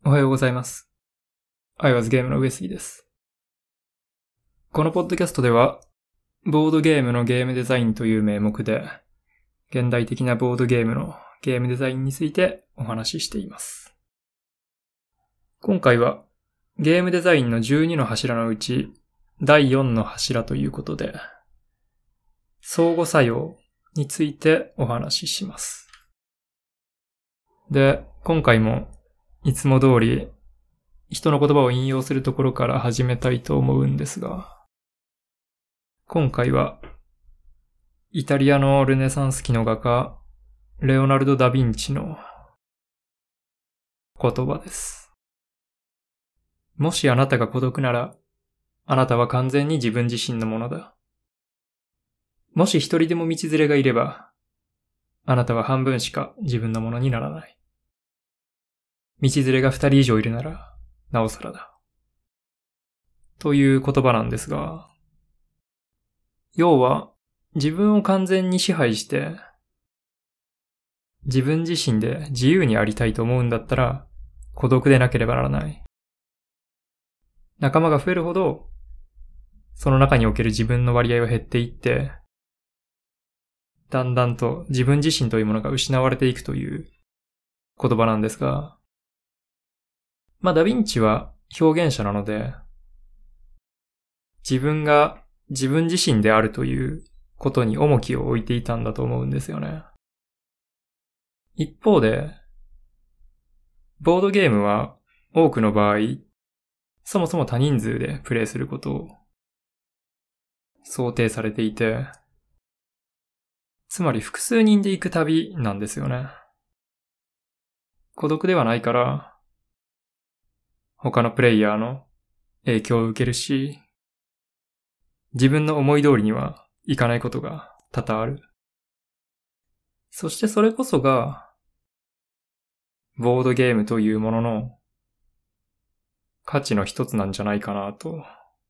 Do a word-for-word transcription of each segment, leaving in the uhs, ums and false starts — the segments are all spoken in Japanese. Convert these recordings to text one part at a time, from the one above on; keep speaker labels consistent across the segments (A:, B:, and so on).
A: おはようございます。I was ゲームの上杉です。このポッドキャストでは、ボードゲームのゲームデザインという名目で、現代的なボードゲームのゲームデザインについてお話ししています。今回は、ゲームデザインのじゅうにの柱のうち、だいよんの柱ということで、相互作用についてお話しします。で、今回も、いつも通り、人の言葉を引用するところから始めたいと思うんですが、今回は、イタリアのルネサンス期の画家、レオナルド・ダ・ヴィンチの言葉です。もしあなたが孤独なら、あなたは完全に自分自身のものだ。もし一人でも道連れがいれば、あなたは半分しか自分のものにならない。道連れが二人以上いるなら、なおさらだ。という言葉なんですが、要は、自分を完全に支配して、自分自身で自由にありたいと思うんだったら、孤独でなければならない。仲間が増えるほど、その中における自分の割合は減っていって、だんだんと自分自身というものが失われていくという言葉なんですが、まあ、ダヴィンチは表現者なので、自分が自分自身であるということに重きを置いていたんだと思うんですよね。一方で、ボードゲームは多くの場合、そもそも多人数でプレイすることを想定されていて、つまり複数人で行く旅なんですよね。孤独ではないから、他のプレイヤーの影響を受けるし、自分の思い通りにはいかないことが多々ある。そしてそれこそが、ボードゲームというものの価値の一つなんじゃないかなと、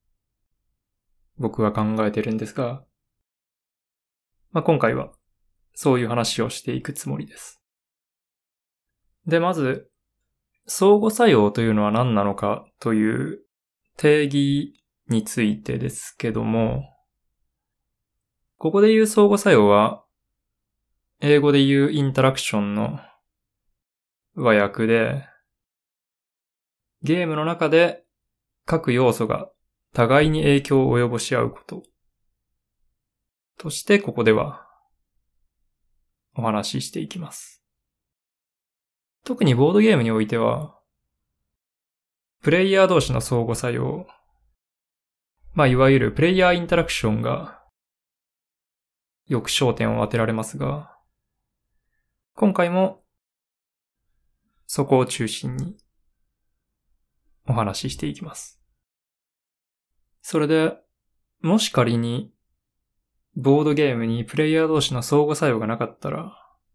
A: 僕は考えてるんですが、まあ、今回はそういう話をしていくつもりです。で、まず、相互作用というのは何なのかという定義についてですけども、ここで言う相互作用は、英語で言うインタラクションの和訳で、ゲームの中で各要素が互いに影響を及ぼし合うこととしてここではお話ししていきます。特にボードゲームにおいては、プレイヤー同士の相互作用、まあいわゆるプレイヤーインタラクションがよく焦点を当てられますが、今回もそこを中心にお話ししていきます。それで、もし仮にボードゲームにプレイヤー同士の相互作用がなかったら、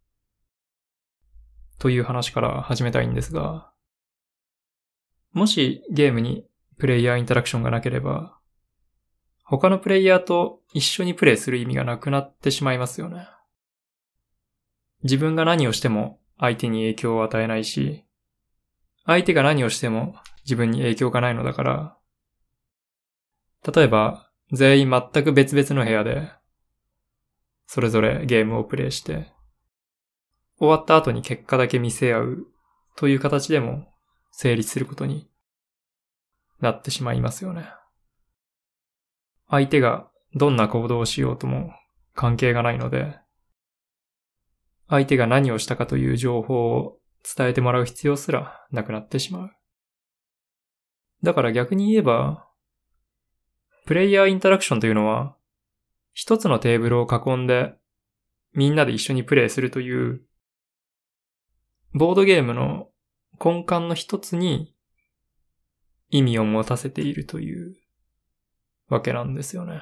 A: という話から始めたいんですが、もしゲームにプレイヤーインタラクションがなければ、他のプレイヤーと一緒にプレイする意味がなくなってしまいますよね。自分が何をしても相手に影響を与えないし、相手が何をしても自分に影響がないのだから、例えば全員全く別々の部屋で、それぞれゲームをプレイして、終わった後に結果だけ見せ合うという形でも成立することになってしまいますよね。相手がどんな行動をしようとも関係がないので、相手が何をしたかという情報を伝えてもらう必要すらなくなってしまう。だから逆に言えば、プレイヤーインタラクションというのは、一つのテーブルを囲んでみんなで一緒にプレイするというボードゲームの根幹の一つに意味を持たせているというわけなんですよね。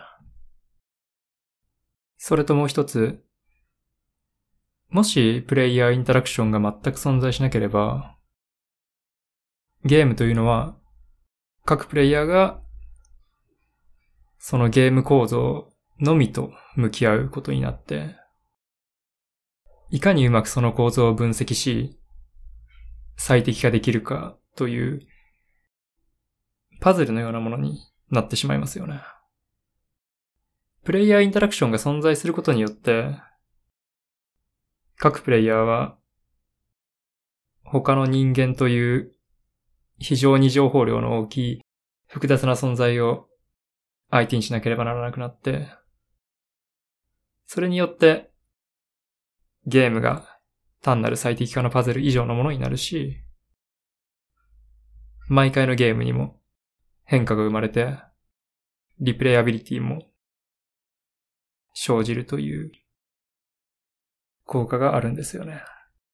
A: それともう一つ、もしプレイヤーインタラクションが全く存在しなければ、ゲームというのは各プレイヤーがそのゲーム構造のみと向き合うことになって、いかにうまくその構造を分析し、最適化できるかというパズルのようなものになってしまいますよね。プレイヤーインタラクションが存在することによって、各プレイヤーは他の人間という非常に情報量の大きい複雑な存在を相手にしなければならなくなって、それによってゲームが単なる最適化のパズル以上のものになるし、毎回のゲームにも変化が生まれて、リプレイアビリティも生じるという効果があるんですよね。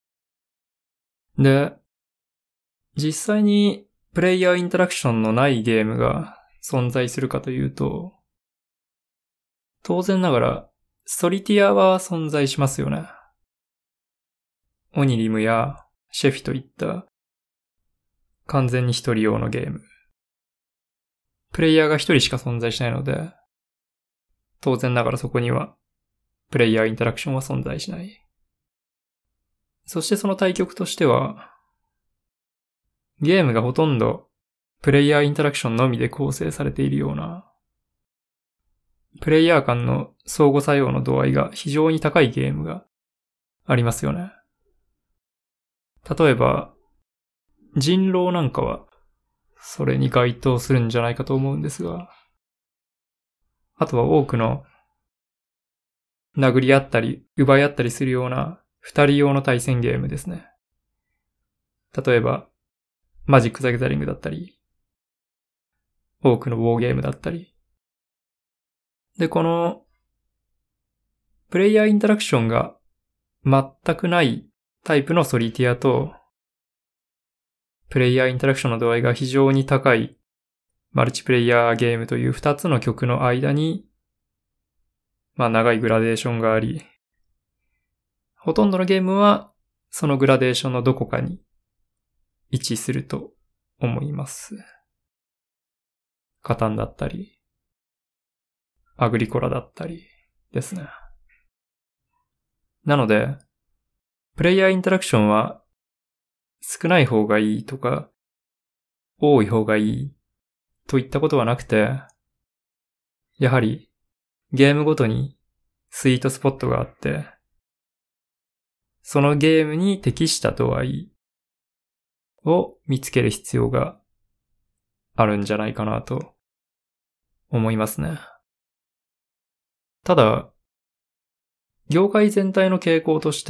A: で、実際にプレイヤーインタラクションのないゲームが存在するかというと、当然ながらソリティアは存在しますよね。オニリムやシェフィといった完全に一人用のゲーム。プレイヤーが一人しか存在しないので、当然ながらそこにはプレイヤーインタラクションは存在しない。そしてその対極としては、ゲームがほとんどプレイヤーインタラクションのみで構成されているような、プレイヤー間の相互作用の度合いが非常に高いゲームがありますよね。例えば、人狼なんかはそれに該当するんじゃないかと思うんですが、あとは多くの殴り合ったり奪い合ったりするような二人用の対戦ゲームですね。例えば、マジック・ザ・ギャザリングだったり、多くのウォーゲームだったり。で、この、プレイヤーインタラクションが全くないタイプのソリティアと、プレイヤーインタラクションの度合いが非常に高いマルチプレイヤーゲームという二つの極の間に、まあ長いグラデーションがあり、ほとんどのゲームはそのグラデーションのどこかに位置すると思います。カタンだったり、アグリコラだったりですね。なので、プレイヤーインタラクションは少ない方がいいとか、多い方がいいといったことはなくて、やはりゲームごとにスイートスポットがあって、そのゲームに適した度合いを見つける必要があるんじゃないかなと思いますね。ただ、業界全体の傾向として、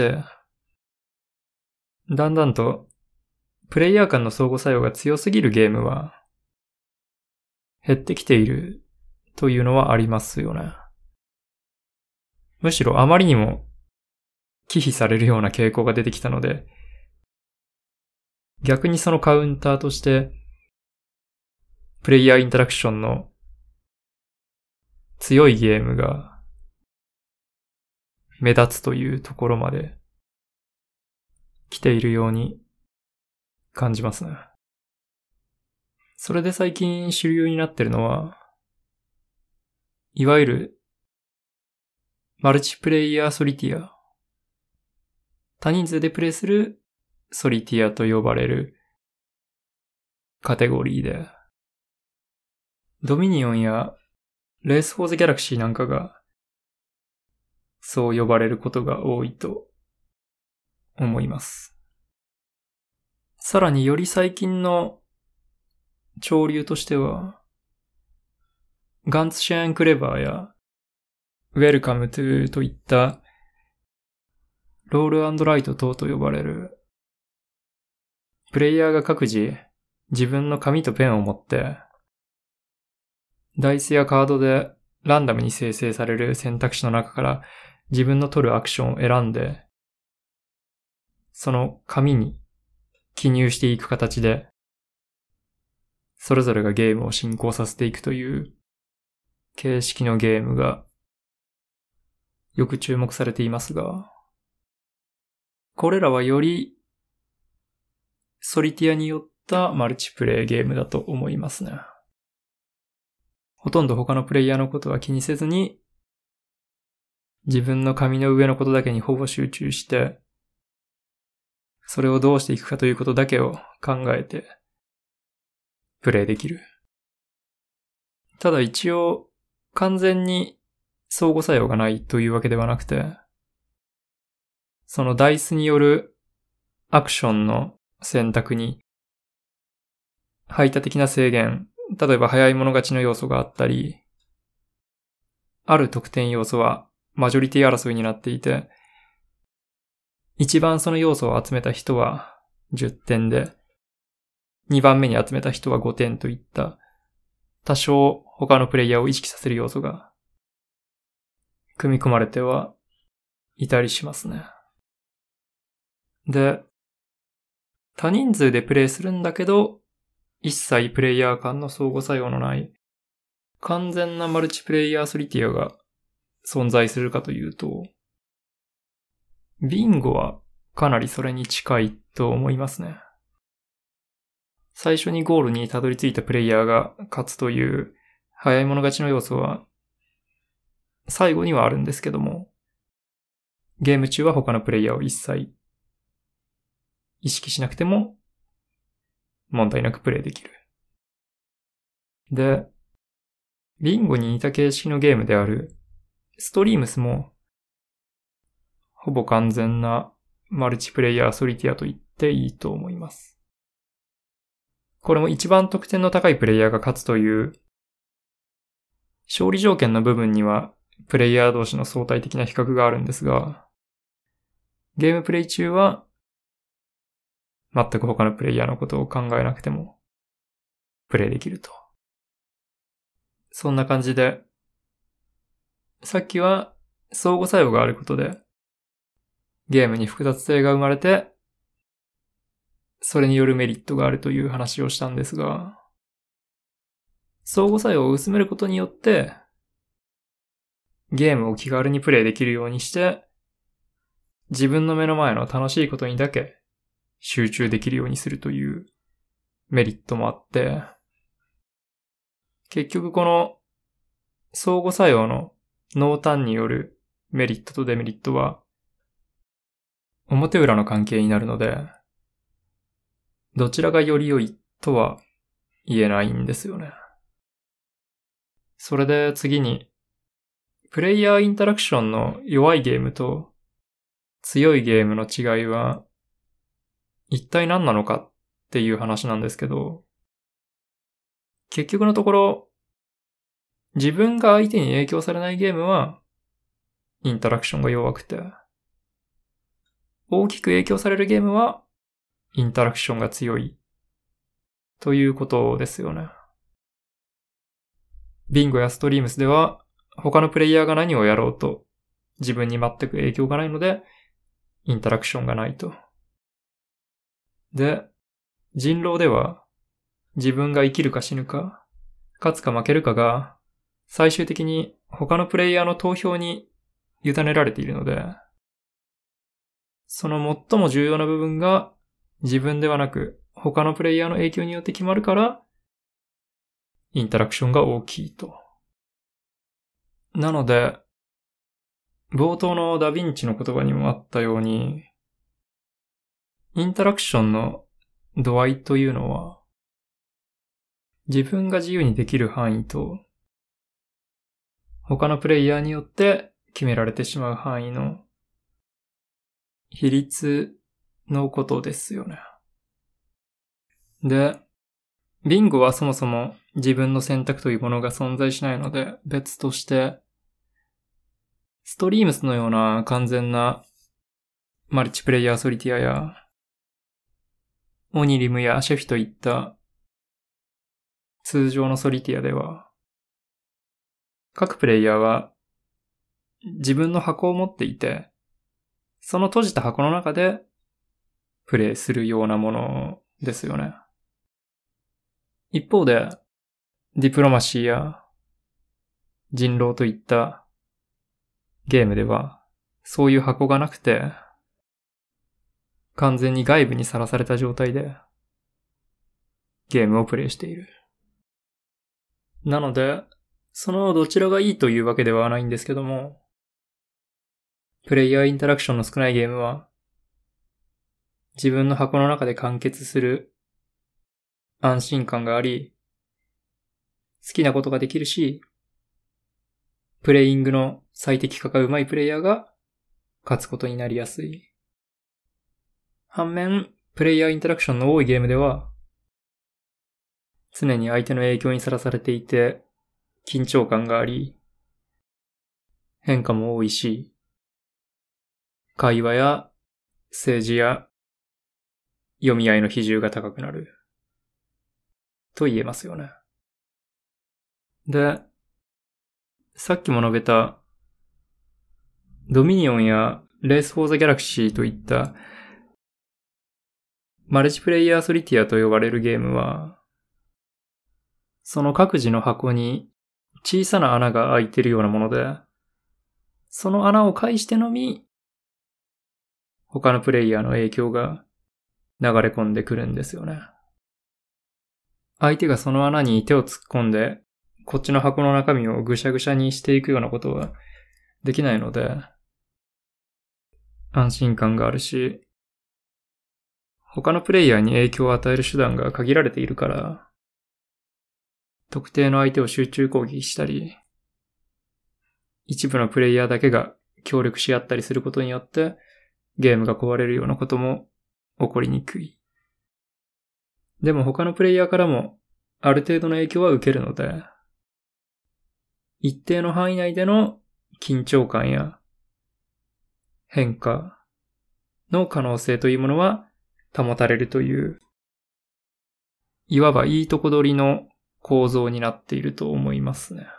A: だんだんとプレイヤー間の相互作用が強すぎるゲームは減ってきているというのはありますよね。むしろあまりにも忌避されるような傾向が出てきたので、逆にそのカウンターとしてプレイヤーインタラクションの強いゲームが目立つというところまで来ているように感じますね。それで最近主流になっているのは、いわゆるマルチプレイヤーソリティア、多人数でプレイするソリティアと呼ばれるカテゴリーで、ドミニオンやレースフォーズギャラクシーなんかがそう呼ばれることが多いと思います。さらにより最近の潮流としては、ガンツシェーンクレバーやウェルカムトゥといったロール&ライト等と呼ばれるプレイヤーが各自自分の紙とペンを持ってダイスやカードでランダムに生成される選択肢の中から自分の取るアクションを選んでその紙に記入していく形でそれぞれがゲームを進行させていくという形式のゲームがよく注目されていますが、これらはよりソリティアによったマルチプレイゲームだと思いますね。ほとんど他のプレイヤーのことは気にせずに、自分の紙の上のことだけにほぼ集中して、それをどうしていくかということだけを考えてプレイできる。ただ一応完全に相互作用がないというわけではなくて、そのダイスによるアクションの選択に排他的な制限、例えば早い者勝ちの要素があったり、ある得点要素はマジョリティ争いになっていて、一番その要素を集めた人はじゅってんで、にばんめに集めた人はごてんといった多少他のプレイヤーを意識させる要素が組み込まれてはいたりしますね。で、多人数でプレイするんだけど、一切プレイヤー間の相互作用のない完全なマルチプレイヤーソリティアが存在するかというと、ビンゴはかなりそれに近いと思いますね。最初にゴールにたどり着いたプレイヤーが勝つという早い者勝ちの要素は最後にはあるんですけども、ゲーム中は他のプレイヤーを一切意識しなくても問題なくプレイできる。で、ビンゴに似た形式のゲームであるストリームスもほぼ完全なマルチプレイヤーソリティアと言っていいと思います。これも一番得点の高いプレイヤーが勝つという勝利条件の部分にはプレイヤー同士の相対的な比較があるんですが、ゲームプレイ中は全く他のプレイヤーのことを考えなくてもプレイできると。そんな感じで、さっきは相互作用があることでゲームに複雑性が生まれて、それによるメリットがあるという話をしたんですが、相互作用を薄めることによってゲームを気軽にプレイできるようにして、自分の目の前の楽しいことにだけ集中できるようにするというメリットもあって、結局この相互作用の濃淡によるメリットとデメリットは表裏の関係になるので、どちらがより良いとは言えないんですよね。それで次に、プレイヤーインタラクションの弱いゲームと強いゲームの違いは一体何なのかっていう話なんですけど、結局のところ、自分が相手に影響されないゲームはインタラクションが弱くて、大きく影響されるゲームはインタラクションが強いということですよね。ビンゴやストリームスでは他のプレイヤーが何をやろうと自分に全く影響がないのでインタラクションがないと。で、人狼では自分が生きるか死ぬか、勝つか負けるかが最終的に他のプレイヤーの投票に委ねられているので、その最も重要な部分が自分ではなく他のプレイヤーの影響によって決まるからインタラクションが大きいと。なので、冒頭のダヴィンチの言葉にもあったように、インタラクションの度合いというのは、自分が自由にできる範囲と、他のプレイヤーによって決められてしまう範囲の比率のことですよね。で、ビンゴはそもそも自分の選択というものが存在しないので別として、ストリームスのような完全なマルチプレイヤーソリティアやオニリムやシェフィといった通常のソリティアでは、各プレイヤーは自分の箱を持っていて、その閉じた箱の中でプレイするようなものですよね。一方で、ディプロマシーや人狼といったゲームでは、そういう箱がなくて、完全に外部にさらされた状態でゲームをプレイしている。なので、そのどちらがいいというわけではないんですけども、プレイヤーインタラクションの少ないゲームは、自分の箱の中で完結する安心感があり、好きなことができるし、プレイングの最適化が上手いプレイヤーが勝つことになりやすい。反面、プレイヤーインタラクションの多いゲームでは、常に相手の影響にさらされていて、緊張感があり、変化も多いし、会話や政治や読み合いの比重が高くなる。と言えますよね。で、さっきも述べた、ドミニオンやレースフォーザギャラクシーといったマルチプレイヤーソリティアと呼ばれるゲームは、その各自の箱に小さな穴が開いているようなもので、その穴を介してのみ、他のプレイヤーの影響が流れ込んでくるんですよね。相手がその穴に手を突っ込んで、こっちの箱の中身をぐしゃぐしゃにしていくようなことはできないので、安心感があるし、他のプレイヤーに影響を与える手段が限られているから、特定の相手を集中攻撃したり、一部のプレイヤーだけが協力し合ったりすることによって、ゲームが壊れるようなことも起こりにくい。でも他のプレイヤーからもある程度の影響は受けるので、一定の範囲内での緊張感や変化の可能性というものは保たれるという、いわばいいとこ取りの構造になっていると思いますね。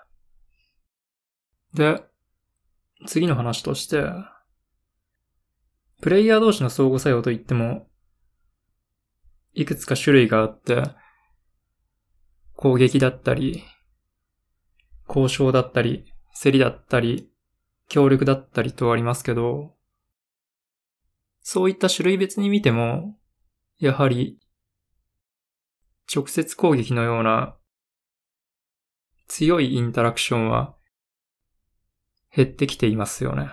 A: で、次の話として、プレイヤー同士の相互作用といっても、いくつか種類があって、攻撃だったり、交渉だったり、競りだったり、協力だったりとありますけど、そういった種類別に見ても、やはり、直接攻撃のような強いインタラクションは減ってきていますよね。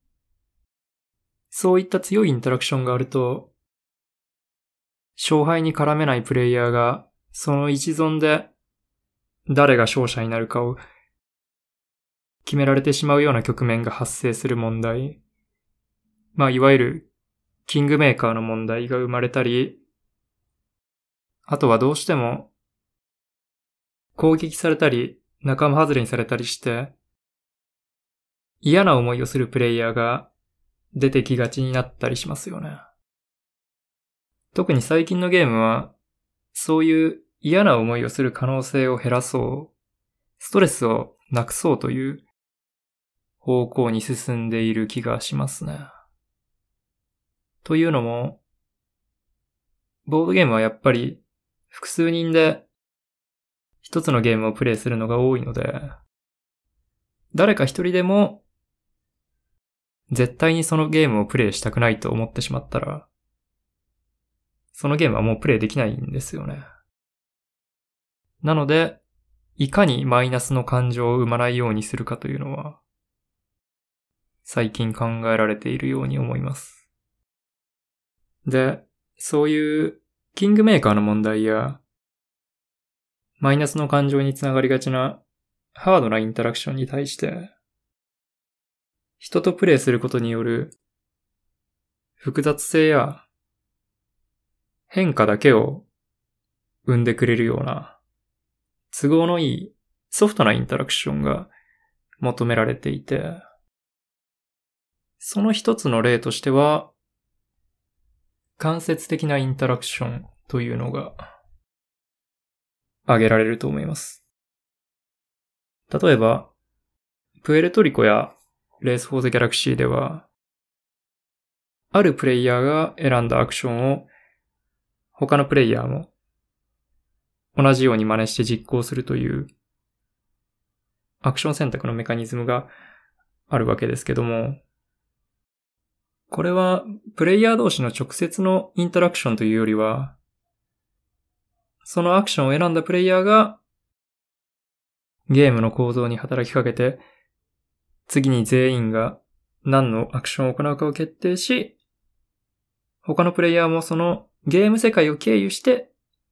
A: そういった強いインタラクションがあると、勝敗に絡めないプレイヤーがその一存で誰が勝者になるかを決められてしまうような局面が発生する問題。まあいわゆるキングメーカーの問題が生まれたり、あとはどうしても攻撃されたり仲間外れにされたりして嫌な思いをするプレイヤーが出てきがちになったりしますよね。特に最近のゲームはそういう嫌な思いをする可能性を減らそう、ストレスをなくそうという方向に進んでいる気がしますね。というのも、ボードゲームはやっぱり複数人で一つのゲームをプレイするのが多いので、誰か一人でも絶対にそのゲームをプレイしたくないと思ってしまったら、そのゲームはもうプレイできないんですよね。なので、いかにマイナスの感情を生まないようにするかというのは、最近考えられているように思います。で、そういうキングメーカーの問題や、マイナスの感情につながりがちなハードなインタラクションに対して、人とプレイすることによる複雑性や変化だけを生んでくれるような都合のいいソフトなインタラクションが求められていて、その一つの例としては、間接的なインタラクションというのが挙げられると思います。例えば、プエルトリコやレースフォーザギャラクシーでは、あるプレイヤーが選んだアクションを他のプレイヤーも同じように真似して実行するというアクション選択のメカニズムがあるわけですけども、これはプレイヤー同士の直接のインタラクションというよりは、そのアクションを選んだプレイヤーがゲームの構造に働きかけて、次に全員が何のアクションを行うかを決定し、他のプレイヤーもそのゲーム世界を経由して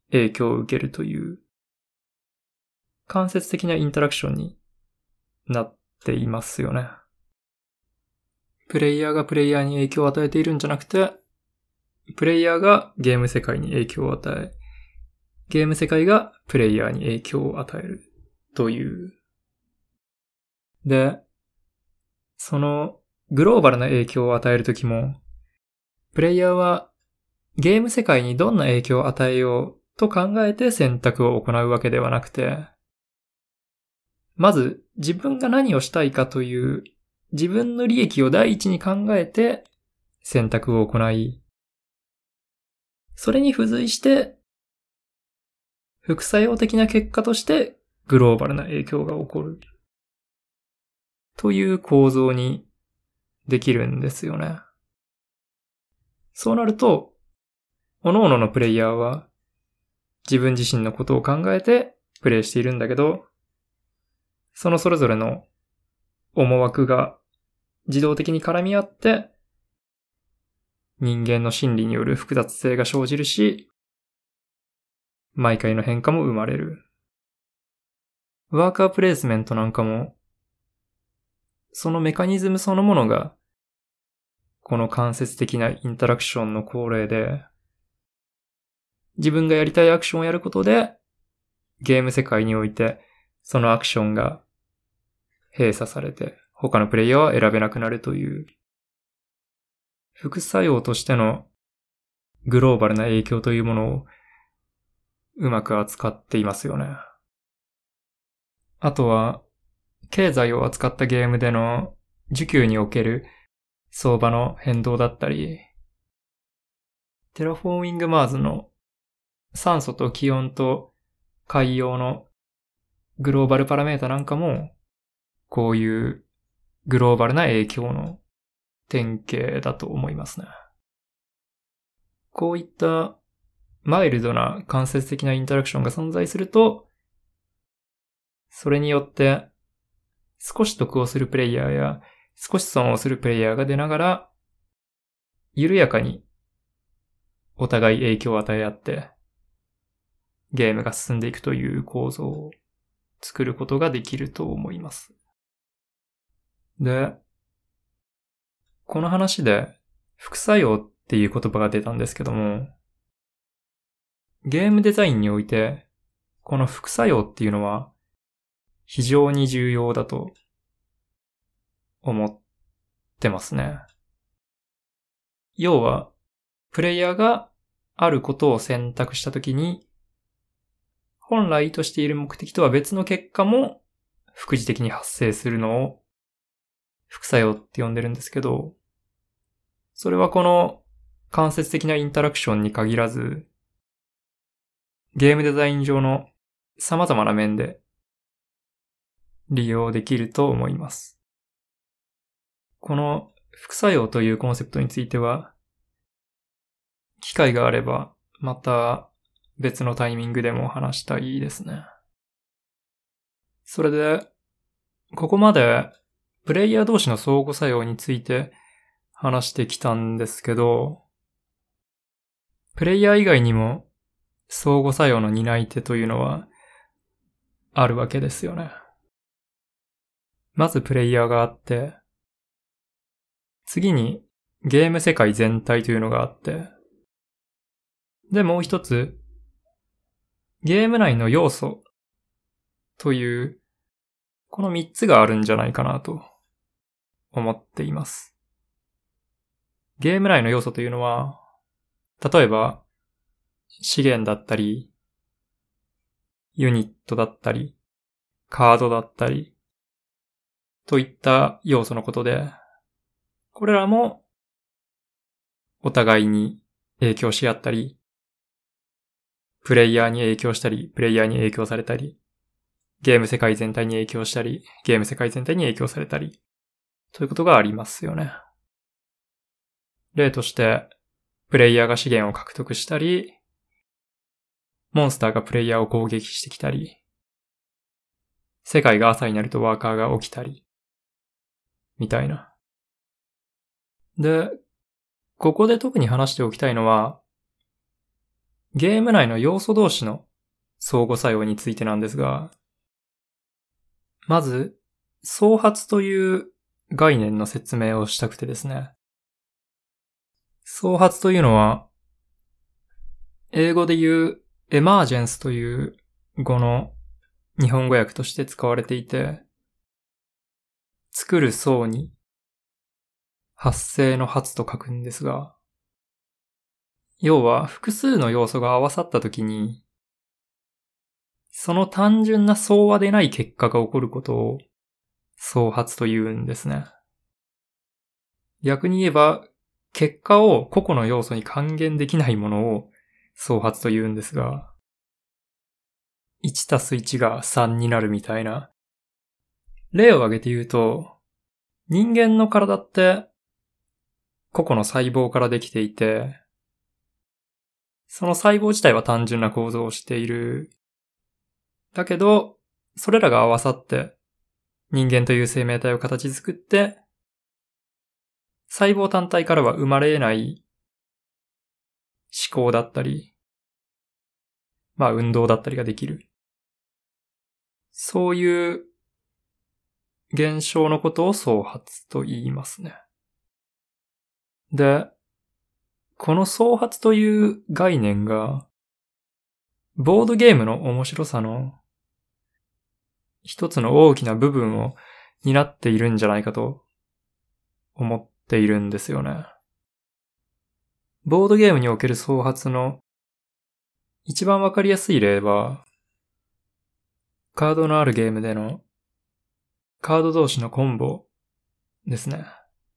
A: 影響を受けるという間接的なインタラクションになっていますよね。プレイヤーがプレイヤーに影響を与えているんじゃなくて、プレイヤーがゲーム世界に影響を与え、ゲーム世界がプレイヤーに影響を与えるという。で、そのグローバルな影響を与えるときも、プレイヤーはゲーム世界にどんな影響を与えようと考えて選択を行うわけではなくて、まず自分が何をしたいかという自分の利益を第一に考えて選択を行い、それに付随して副作用的な結果としてグローバルな影響が起こるという構造にできるんですよね。そうなると、各々のプレイヤーは自分自身のことを考えてプレイしているんだけど、そのそれぞれの思惑が自動的に絡み合って、人間の心理による複雑性が生じるし、毎回の変化も生まれる。ワーカープレイスメントなんかも、そのメカニズムそのものが、この間接的なインタラクションの恒例で、自分がやりたいアクションをやることで、ゲーム世界において、そのアクションが閉鎖されて、他のプレイヤーは選べなくなるという、副作用としてのグローバルな影響というものをうまく扱っていますよね。あとは、経済を扱ったゲームでの需給における相場の変動だったり、テラフォーミングマーズの酸素と気温と海洋のグローバルパラメータなんかも、こういうグローバルな影響の典型だと思いますね。こういったマイルドな間接的なインタラクションが存在すると、それによって少し得をするプレイヤーや少し損をするプレイヤーが出ながら、緩やかにお互い影響を与え合って、ゲームが進んでいくという構造を作ることができると思います。で、この話で副作用っていう言葉が出たんですけども、ゲームデザインにおいて、この副作用っていうのは非常に重要だと思ってますね。要は、プレイヤーがあることを選択したときに、本来意図している目的とは別の結果も副次的に発生するのを副作用って呼んでるんですけど、それはこの間接的なインタラクションに限らず、ゲームデザイン上の様々な面で利用できると思います。この副作用というコンセプトについては、機会があればまた別のタイミングでも話したいですね。それで、ここまでプレイヤー同士の相互作用について話してきたんですけど、プレイヤー以外にも相互作用の担い手というのはあるわけですよね。まずプレイヤーがあって、次にゲーム世界全体というのがあって、でもう一つ、ゲーム内の要素という、この三つがあるんじゃないかなと思っています。ゲーム内の要素というのは、例えば、資源だったり、ユニットだったり、カードだったり、といった要素のことで、これらもお互いに影響し合ったり、プレイヤーに影響したり、プレイヤーに影響されたり、ゲーム世界全体に影響したり、ゲーム世界全体に影響されたり、ということがありますよね。例として、プレイヤーが資源を獲得したり、モンスターがプレイヤーを攻撃してきたり、世界が朝になるとワーカーが起きたり、みたいな。で、ここで特に話しておきたいのは、 ゲーム内の要素同士の相互作用についてなんですが、まず、創発という概念の説明をしたくてですね。創発というのは、英語で言うエマージェンスという語の日本語訳として使われていて、作る創に発生の発と書くんですが、要は複数の要素が合わさったときに、その単純な相和でない結果が起こることを創発と言うんですね。逆に言えば、結果を個々の要素に還元できないものを創発と言うんですが、いちたすいちがさんになるみたいな。例を挙げて言うと、人間の体って個々の細胞からできていて、その細胞自体は単純な構造をしている。だけど、それらが合わさって人間という生命体を形作って、細胞単体からは生まれ得ない思考だったり、まあ運動だったりができる。そういう現象のことを創発と言いますね。で、この創発という概念が、ボードゲームの面白さの一つの大きな部分を担っているんじゃないかと思っているんですよね。ボードゲームにおける創発の一番わかりやすい例は、カードのあるゲームでのカード同士のコンボですね。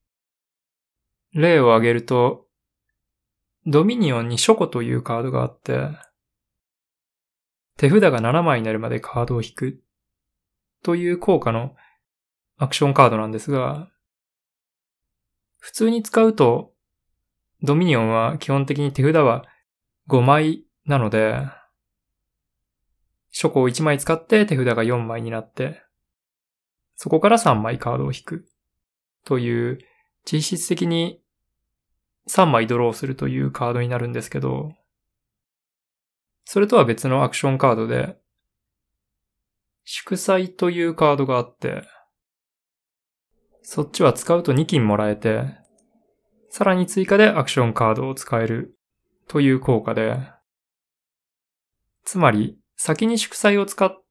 A: 例を挙げると、ドミニオンに書庫というカードがあって、手札がななまいになるまでカードを引くという効果のアクションカードなんですが、普通に使うと、ドミニオンは基本的に手札はごまいなので、書庫をいちまい使って手札がよんまいになって、そこからさんまいカードを引くという実質的にさんまいドローするというカードになるんですけど、それとは別のアクションカードで、祝祭というカードがあって、そっちは使うとに金もらえて、さらに追加でアクションカードを使えるという効果で、つまり先に祝祭を使って、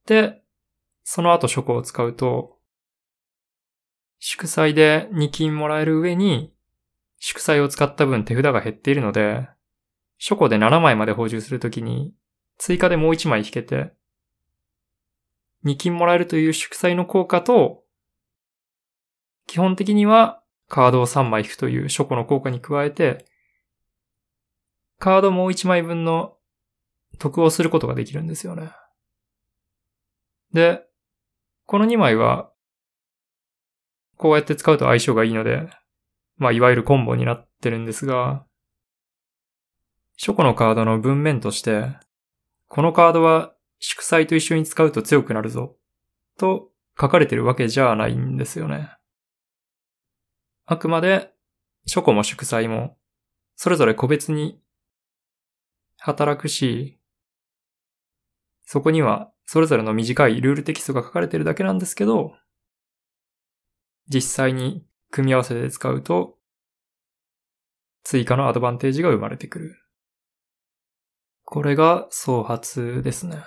A: その後書庫を使うと、祝祭でに金もらえる上に、祝祭を使った分手札が減っているので、書庫でななまいまで補充するときに、追加でもういちまい引けて、に金もらえるという祝祭の効果と、基本的にはカードをさんまい引くという書庫の効果に加えて、カードもういちまいぶんの得をすることができるんですよね。で、このにまいは、こうやって使うと相性がいいので、まあいわゆるコンボになってるんですが、書庫のカードの文面として、このカードは祝祭と一緒に使うと強くなるぞ、と書かれてるわけじゃないんですよね。あくまで、書庫も祝祭も、それぞれ個別に働くし、そこにはそれぞれの短いルールテキストが書かれてるだけなんですけど、実際に組み合わせて使うと、追加のアドバンテージが生まれてくる。これが創発ですね。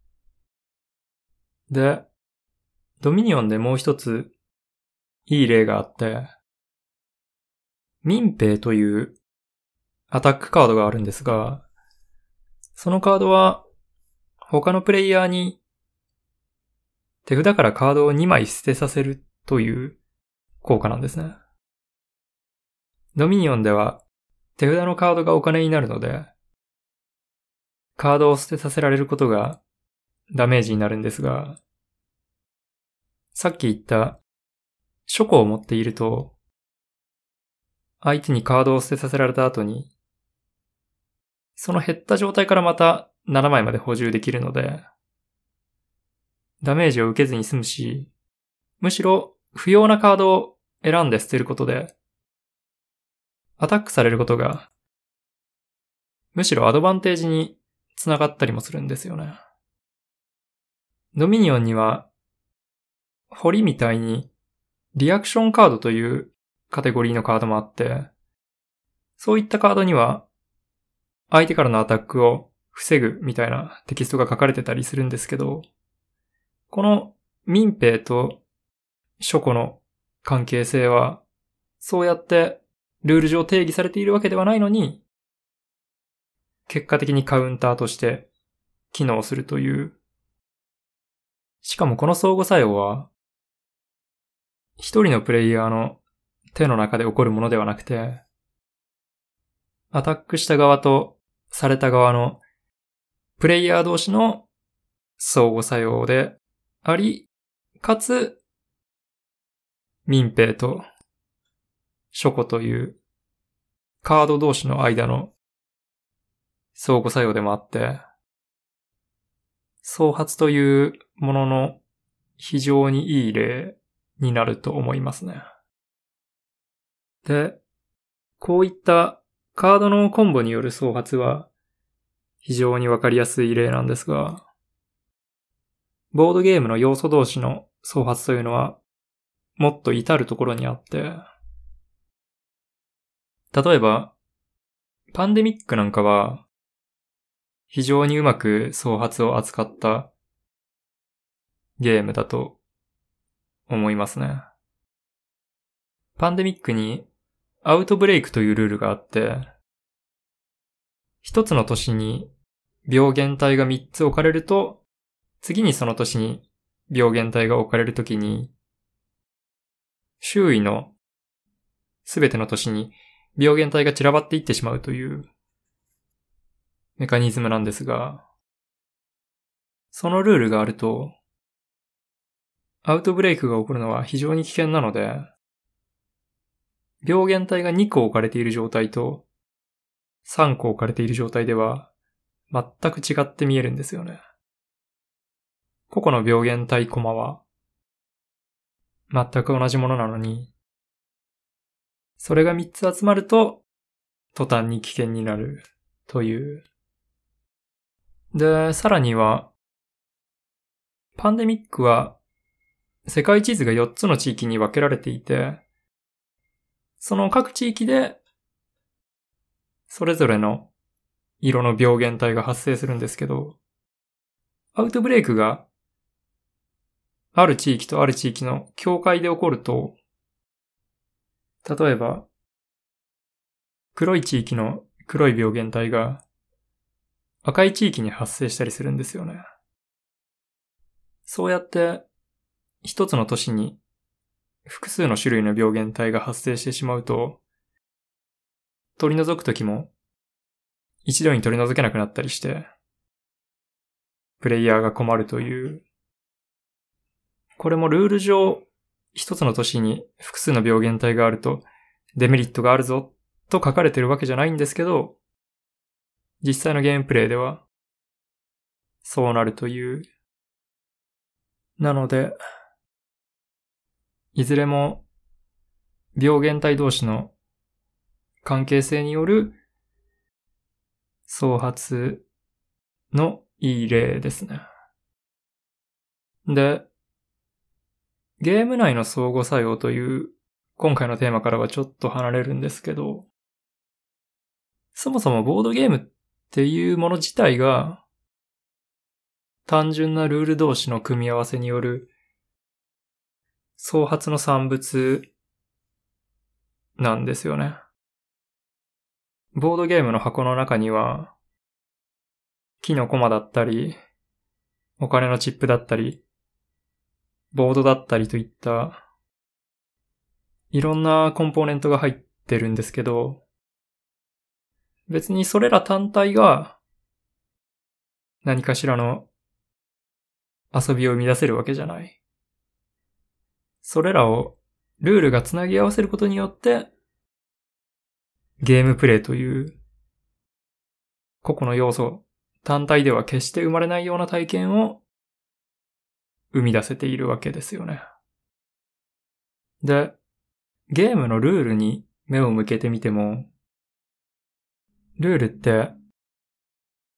A: で、ドミニオンでもう一ついい例があって、民兵というアタックカードがあるんですが、そのカードは他のプレイヤーに手札からカードをにまい捨てさせるという効果なんですね。ドミニオンでは手札のカードがお金になるので、カードを捨てさせられることがダメージになるんですが、さっき言った書庫を持っていると、相手にカードを捨てさせられた後に、その減った状態からまたななまいまで補充できるので、ダメージを受けずに済むし、むしろ不要なカードを選んで捨てることで、アタックされることが、むしろアドバンテージに繋がったりもするんですよね。ドミニオンには、堀みたいにリアクションカードというカテゴリーのカードもあって、そういったカードには相手からのアタックを防ぐみたいなテキストが書かれてたりするんですけど、この民兵と諸子の関係性は、そうやってルール上定義されているわけではないのに、結果的にカウンターとして機能するという。しかもこの相互作用は、一人のプレイヤーの手の中で起こるものではなくて、アタックした側とされた側のプレイヤー同士の相互作用であり、かつ、民兵と諸子というカード同士の間の相互作用でもあって、創発というものの非常にいい例になると思いますね。で、こういったカードのコンボによる創発は非常にわかりやすい例なんですが、ボードゲームの要素同士の創発というのはもっと至るところにあって、例えば、パンデミックなんかは非常にうまく創発を扱ったゲームだと思いますね。パンデミックにアウトブレイクというルールがあって、一つの年に病原体が三つ置かれると、次にその年に病原体が置かれるときに、周囲のすべての年に病原体が散らばっていってしまうというメカニズムなんですが、そのルールがあると、アウトブレイクが起こるのは非常に危険なので、病原体がにこ置かれている状態とさんこ置かれている状態では全く違って見えるんですよね。個々の病原体コマは全く同じものなのに、それがみっつ集まると途端に危険になるという。で、さらには、パンデミックは世界地図がよっつの地域に分けられていて、その各地域でそれぞれの色の病原体が発生するんですけど、アウトブレイクがある地域とある地域の境界で起こると、例えば黒い地域の黒い病原体が赤い地域に発生したりするんですよね。そうやって一つの都市に複数の種類の病原体が発生してしまうと、取り除くときも一度に取り除けなくなったりして、プレイヤーが困るという。これもルール上、一つの都市に複数の病原体があるとデメリットがあるぞと書かれてるわけじゃないんですけど、実際のゲームプレイではそうなるという。なので、いずれも病原体同士の関係性による創発のいい例ですね。で、ゲーム内の相互作用という今回のテーマからはちょっと離れるんですけど、そもそもボードゲームっていうもの自体が単純なルール同士の組み合わせによる創発の産物なんですよね。ボードゲームの箱の中には木のコマだったり、お金のチップだったり、ボードだったりといったいろんなコンポーネントが入ってるんですけど、別にそれら単体が何かしらの遊びを生み出せるわけじゃない。それらをルールがつなぎ合わせることによってゲームプレイという個々の要素単体では決して生まれないような体験を生み出せているわけですよね。で、ゲームのルールに目を向けてみても、ルールって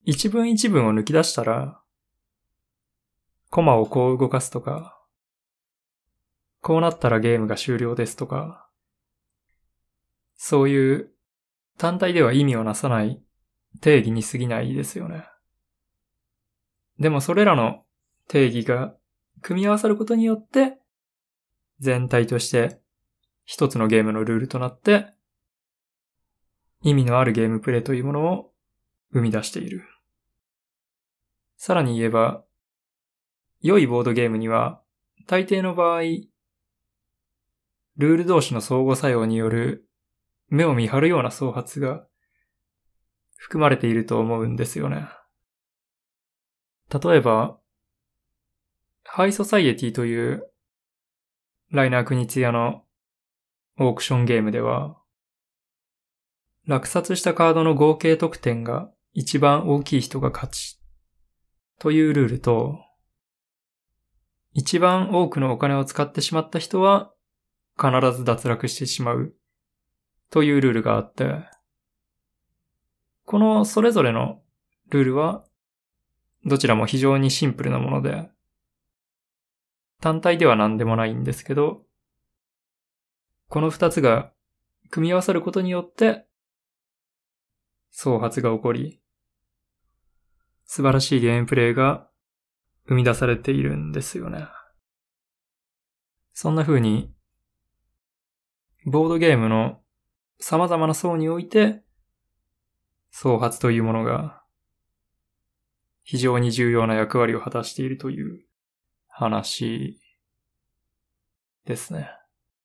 A: 一文一文を抜き出したら、コマをこう動かすとか、こうなったらゲームが終了ですとか、そういう単体では意味をなさない定義に過ぎないですよね。でもそれらの定義が組み合わさることによって、全体として一つのゲームのルールとなって、意味のあるゲームプレイというものを生み出している。さらに言えば、良いボードゲームには、大抵の場合、ルール同士の相互作用による目を見張るような創発が含まれていると思うんですよね。例えば、ハイソサイエティというライナー・クニツヤのオークションゲームでは、落札したカードの合計得点が一番大きい人が勝ちというルールと、一番多くのお金を使ってしまった人は必ず脱落してしまうというルールがあって、このそれぞれのルールはどちらも非常にシンプルなもので、単体では何でもないんですけど、この二つが組み合わさることによって創発が起こり、素晴らしいゲームプレイが生み出されているんですよね。そんな風に、ボードゲームの様々な層において、創発というものが非常に重要な役割を果たしているという話ですね。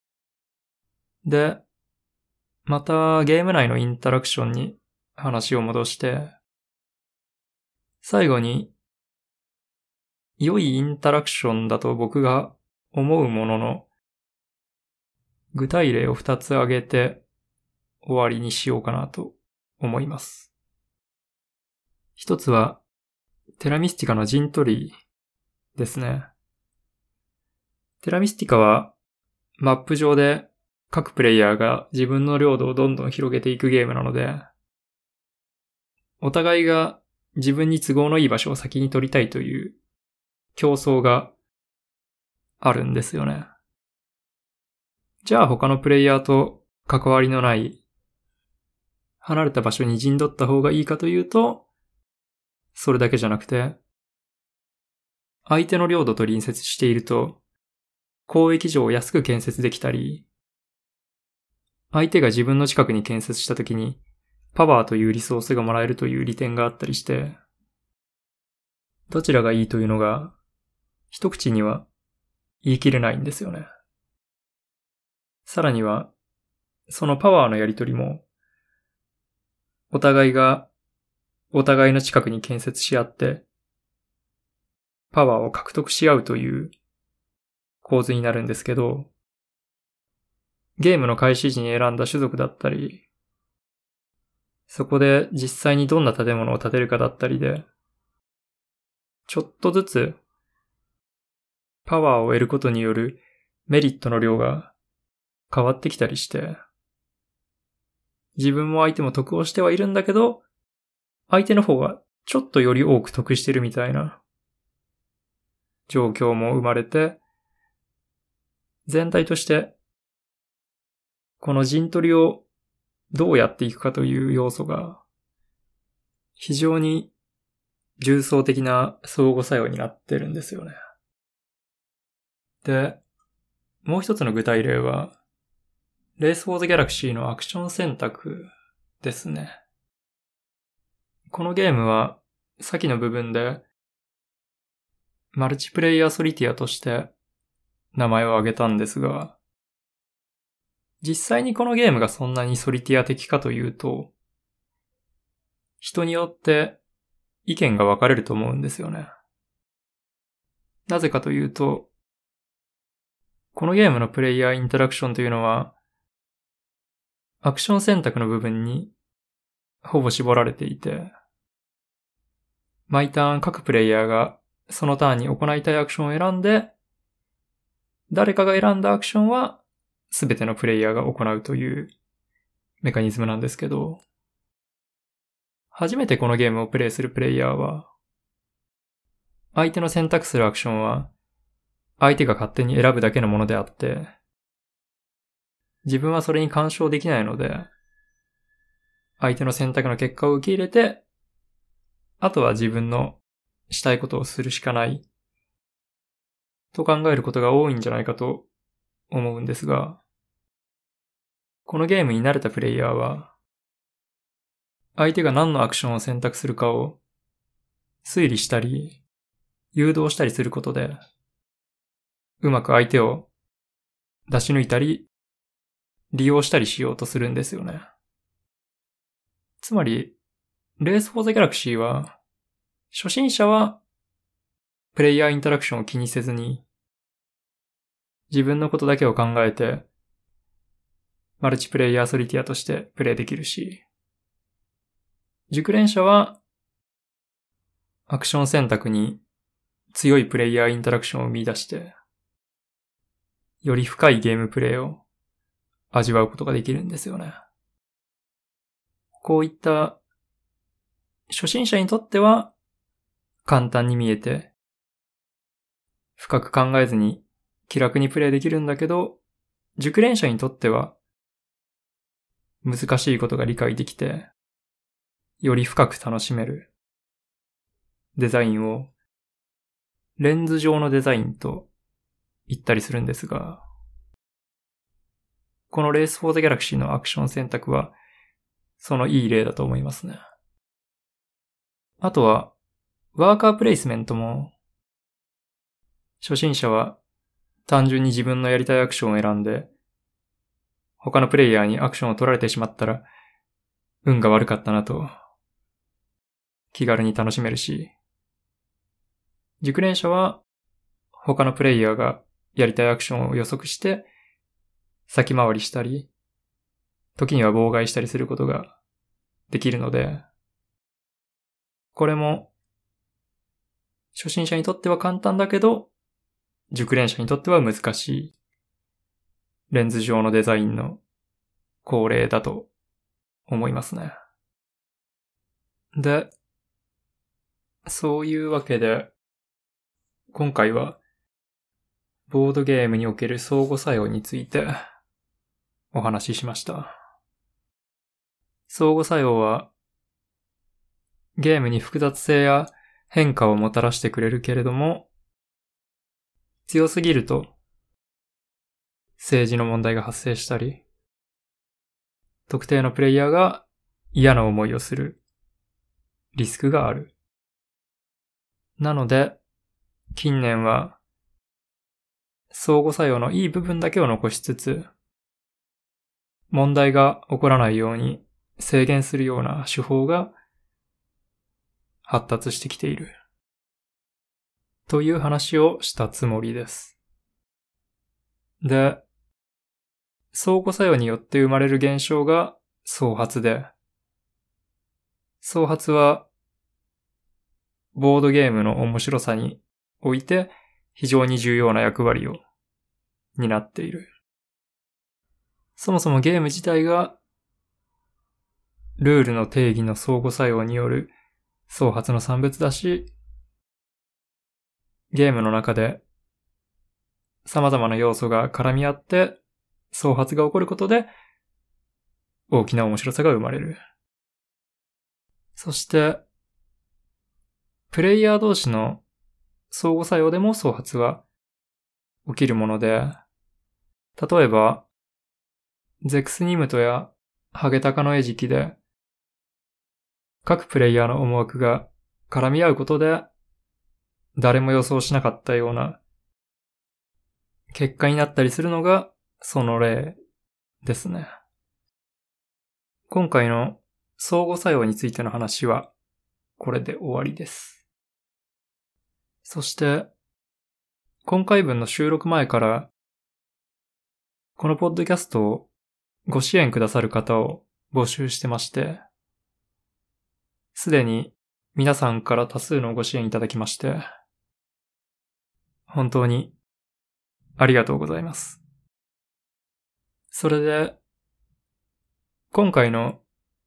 A: で、またゲーム内のインタラクションに話を戻して、最後に良いインタラクションだと僕が思うものの具体例を二つ挙げて終わりにしようかなと思います。一つはテラミスティカの陣取りですね。テラミスティカはマップ上で各プレイヤーが自分の領土をどんどん広げていくゲームなので、お互いが自分に都合のいい場所を先に取りたいという競争があるんですよね。じゃあ他のプレイヤーと関わりのない離れた場所に陣取った方がいいかというと、それだけじゃなくて、相手の領土と隣接していると交易所を安く建設できたり、相手が自分の近くに建設したときにパワーというリソースがもらえるという利点があったりして、どちらがいいというのが一口には言い切れないんですよね。さらには、そのパワーのやり取りも、お互いがお互いの近くに建設し合って、パワーを獲得し合うという構図になるんですけど、ゲームの開始時に選んだ種族だったり、そこで実際にどんな建物を建てるかだったりで、ちょっとずつパワーを得ることによるメリットの量が変わってきたりして、自分も相手も得をしてはいるんだけど、相手の方がちょっとより多く得してるみたいな状況も生まれて、全体としてこの陣取りをどうやっていくかという要素が非常に重層的な相互作用になってるんですよね。で、もう一つの具体例は、レース・フォー・ザ・ギャラクシーのアクション選択ですね。このゲームは、先の部分で、マルチプレイヤーソリティアとして名前を挙げたんですが、実際にこのゲームがそんなにソリティア的かというと、人によって意見が分かれると思うんですよね。なぜかというと、このゲームのプレイヤーインタラクションというのは、アクション選択の部分にほぼ絞られていて、毎ターン各プレイヤーがそのターンに行いたいアクションを選んで、誰かが選んだアクションはすべてのプレイヤーが行うというメカニズムなんですけど、 初めてこのゲームをプレイするプレイヤーは、相手の選択するアクションは、相手が勝手に選ぶだけのものであって、自分はそれに干渉できないので、相手の選択の結果を受け入れて、あとは自分のしたいことをするしかない、と考えることが多いんじゃないかと思うんですが、このゲームに慣れたプレイヤーは、相手が何のアクションを選択するかを推理したり、誘導したりすることで、うまく相手を出し抜いたり、利用したりしようとするんですよね。つまり、レース・フォー・ザ・ギャラクシーは、初心者は、プレイヤーインタラクションを気にせずに、自分のことだけを考えて、マルチプレイヤーソリティアとしてプレイできるし、熟練者は、アクション選択に強いプレイヤーインタラクションを見出して、より深いゲームプレイを味わうことができるんですよね。こういった初心者にとっては簡単に見えて深く考えずに気楽にプレイできるんだけど、熟練者にとっては難しいことが理解できてより深く楽しめるデザインをレンズ上のデザインと言ったりするんですが、このレース・フォー・ザ・ギャラクシーのアクション選択はそのいい例だと思いますね。あとは、ワーカープレイスメントも、初心者は単純に自分のやりたいアクションを選んで、他のプレイヤーにアクションを取られてしまったら、運が悪かったなと、気軽に楽しめるし、熟練者は他のプレイヤーがやりたいアクションを予測して、先回りしたり、時には妨害したりすることができるので、これも初心者にとっては簡単だけど、熟練者にとっては難しいレンズ上のデザインの恒例だと思いますね。で、そういうわけで、今回はボードゲームにおける相互作用についてお話ししました。相互作用はゲームに複雑性や変化をもたらしてくれるけれども、強すぎると政治の問題が発生したり、特定のプレイヤーが嫌な思いをするリスクがある。なので、近年は相互作用のいい部分だけを残しつつ、問題が起こらないように制限するような手法が発達してきている。という話をしたつもりです。で、相互作用によって生まれる現象が相発で、相発はボードゲームの面白さにおいて非常に重要な役割を担っている。そもそもゲーム自体がルールの定義の相互作用による相発の産物だし、ゲームの中で様々な要素が絡み合って相発が起こることで大きな面白さが生まれる。そして、プレイヤー同士の相互作用でも相発は起きるもので、例えば、ゼクスニムトやハゲタカの餌食で、各プレイヤーの思惑が絡み合うことで、誰も予想しなかったような結果になったりするのがその例ですね。今回の相互作用についての話はこれで終わりです。そして、今回分の収録前から、このポッドキャストをご支援くださる方を募集してまして、すでに皆さんから多数のご支援いただきまして、本当にありがとうございます。それで、今回の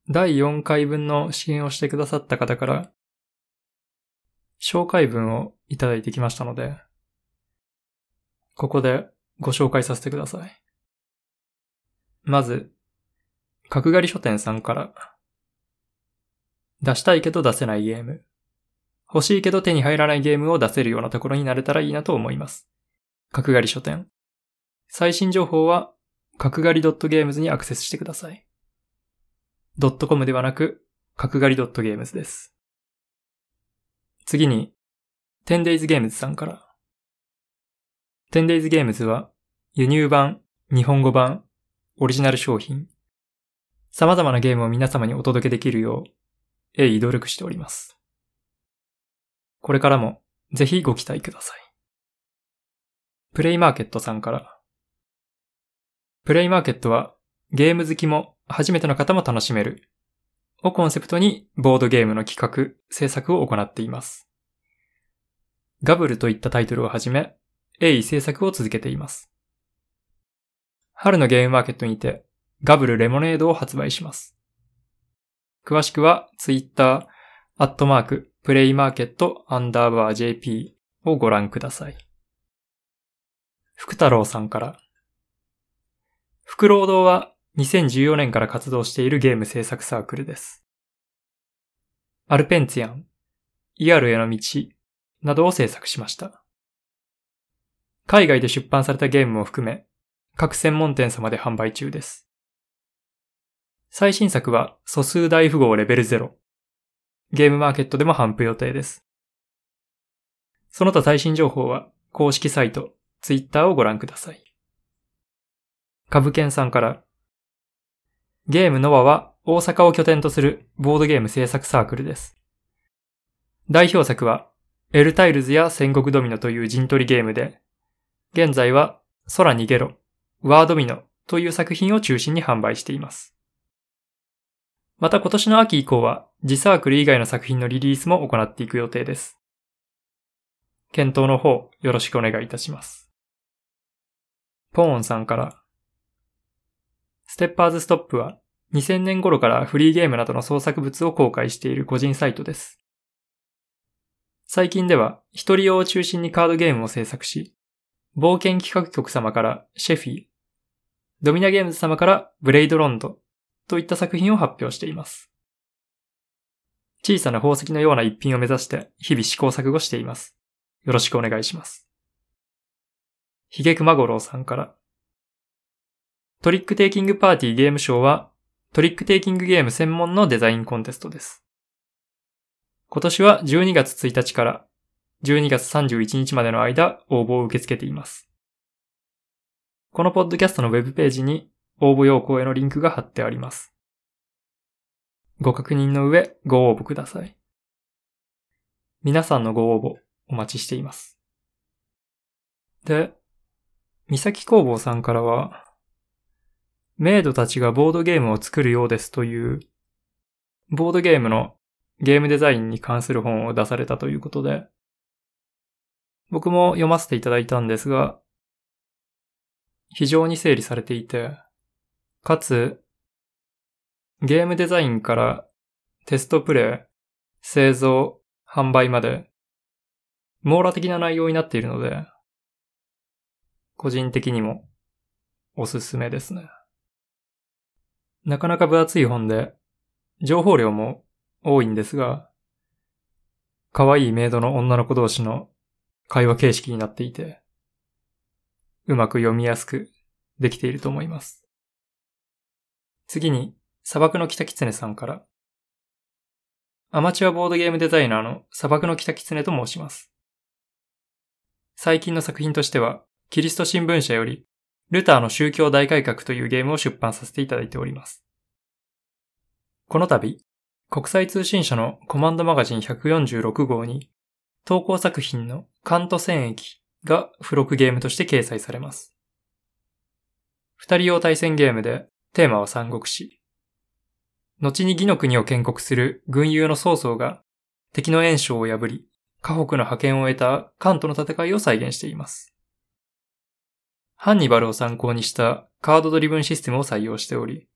A: だいよんかいぶんの支援をしてくださった方から、紹介文をいただいてきましたので、ここでご紹介させてください。まず、角刈り書店さんから、出したいけど出せないゲーム。欲しいけど手に入らないゲームを出せるようなところになれたらいいなと思います。角刈り書店。最新情報は、角刈り .games にアクセスしてください。.com ではなく、角刈り .games です。次に、テンデイズ Games さんから。テンデイズ Games は、輸入版、日本語版、オリジナル商品、様々なゲームを皆様にお届けできるよう、鋭意努力しております。これからも、ぜひご期待ください。プレイマーケットさんから。プレイマーケットは、ゲーム好きも初めての方も楽しめる、をコンセプトにボードゲームの企画、制作を行っています。ガブルといったタイトルをはじめ、鋭意制作を続けています。春のゲームマーケットにて、ガブルレモネードを発売します。詳しくは、ツイッター、アットマーク、プレイマーケットアンダーバー ジェーピー をご覧ください。福太郎さんから。福労働はにせんじゅうよねんから活動しているゲーム制作サークルです。アルペンツィアン、イアルへの道などを制作しました。海外で出版されたゲームも含め、各専門店様で販売中です。最新作は素数大富豪レベルゼロ。ゲームマーケットでも販布予定です。その他最新情報は公式サイト、ツイッターをご覧ください。株券さんから、ゲームノアは大阪を拠点とするボードゲーム制作サークルです。代表作はエルタイルズや戦国ドミノという陣取りゲームで、現在は空逃げろ、ワードミノという作品を中心に販売しています。また今年の秋以降は自サークル以外の作品のリリースも行っていく予定です。検討の方よろしくお願いいたします。ポーンさんから、ステッパーズストップはにせんねん頃からフリーゲームなどの創作物を公開している個人サイトです。最近では一人用を中心にカードゲームを制作し、冒険企画局様からシェフィー、ドミナゲームズ様からブレイドロンドといった作品を発表しています。小さな宝石のような一品を目指して日々試行錯誤しています。よろしくお願いします。ひげくまごろうさんから、トリックテイキングパーティーゲームショーはトリックテイキングゲーム専門のデザインコンテストです。今年はじゅうにがつついたちからじゅうにがつさんじゅういちにちまでの間応募を受け付けています。このポッドキャストのウェブページに応募要項へのリンクが貼ってあります。ご確認の上ご応募ください。皆さんのご応募お待ちしています。で、三崎工房さんからは、メイドたちがボードゲームを作るようですという、ボードゲームのゲームデザインに関する本を出されたということで、僕も読ませていただいたんですが、非常に整理されていて、かつ、ゲームデザインからテストプレイ、製造、販売まで、網羅的な内容になっているので、個人的にもおすすめですね。なかなか分厚い本で、情報量も多いんですが、可愛いメイドの女の子同士の会話形式になっていて、うまく読みやすくできていると思います。次に、砂漠の北狐さんから、アマチュアボードゲームデザイナーの砂漠の北狐と申します。最近の作品としては、キリスト新聞社より、ルターの宗教大改革というゲームを出版させていただいております。この度、国際通信社のコマンドマガジンひゃくよんじゅうろくごうに、投稿作品のカント戦役が付録ゲームとして掲載されます。二人用対戦ゲームで、テーマは三国志。後に魏の国を建国する軍友の曹操が敵の袁紹を破り、河北の覇権を得た関東の戦いを再現しています。ハンニバルを参考にしたカードドリブンシステムを採用しており、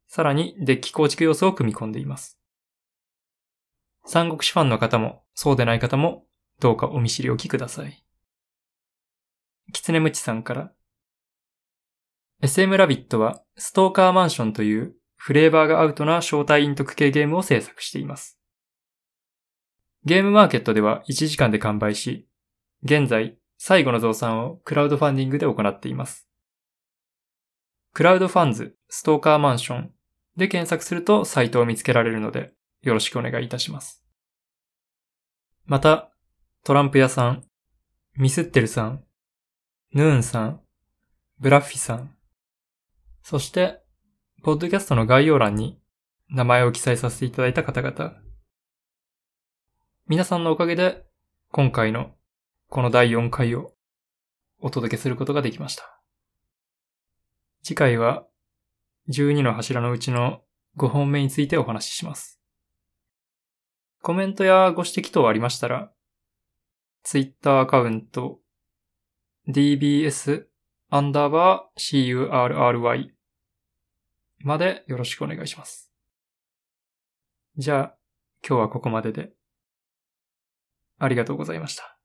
A: さらにデッキ構築要素を組み込んでいます。三国志ファンの方も、そうでない方も、どうかお見知りおきください。キツネムチさんから、エスエム ラビットはストーカーマンションというフレーバーがアウトな招待陰徳系ゲームを制作しています。ゲームマーケットではいちじかんで完売し、現在最後の増産をクラウドファンディングで行っています。クラウドファンズストーカーマンションで検索するとサイトを見つけられるのでよろしくお願いいたします。また、トランプ屋さん、ミスッテルさん、ヌーンさん、ブラッフィさん、そして、ポッドキャストの概要欄に名前を記載させていただいた方々。皆さんのおかげで、今回のこのだいよんかいをお届けすることができました。次回は、じゅうにの柱のうちのごほんめについてお話しします。コメントやご指摘等ありましたら、Twitter アカウント、ディービーエス アンダーバー シーユーアールアールワイ までよろしくお願いします。じゃあ、今日はここまでで、ありがとうございました。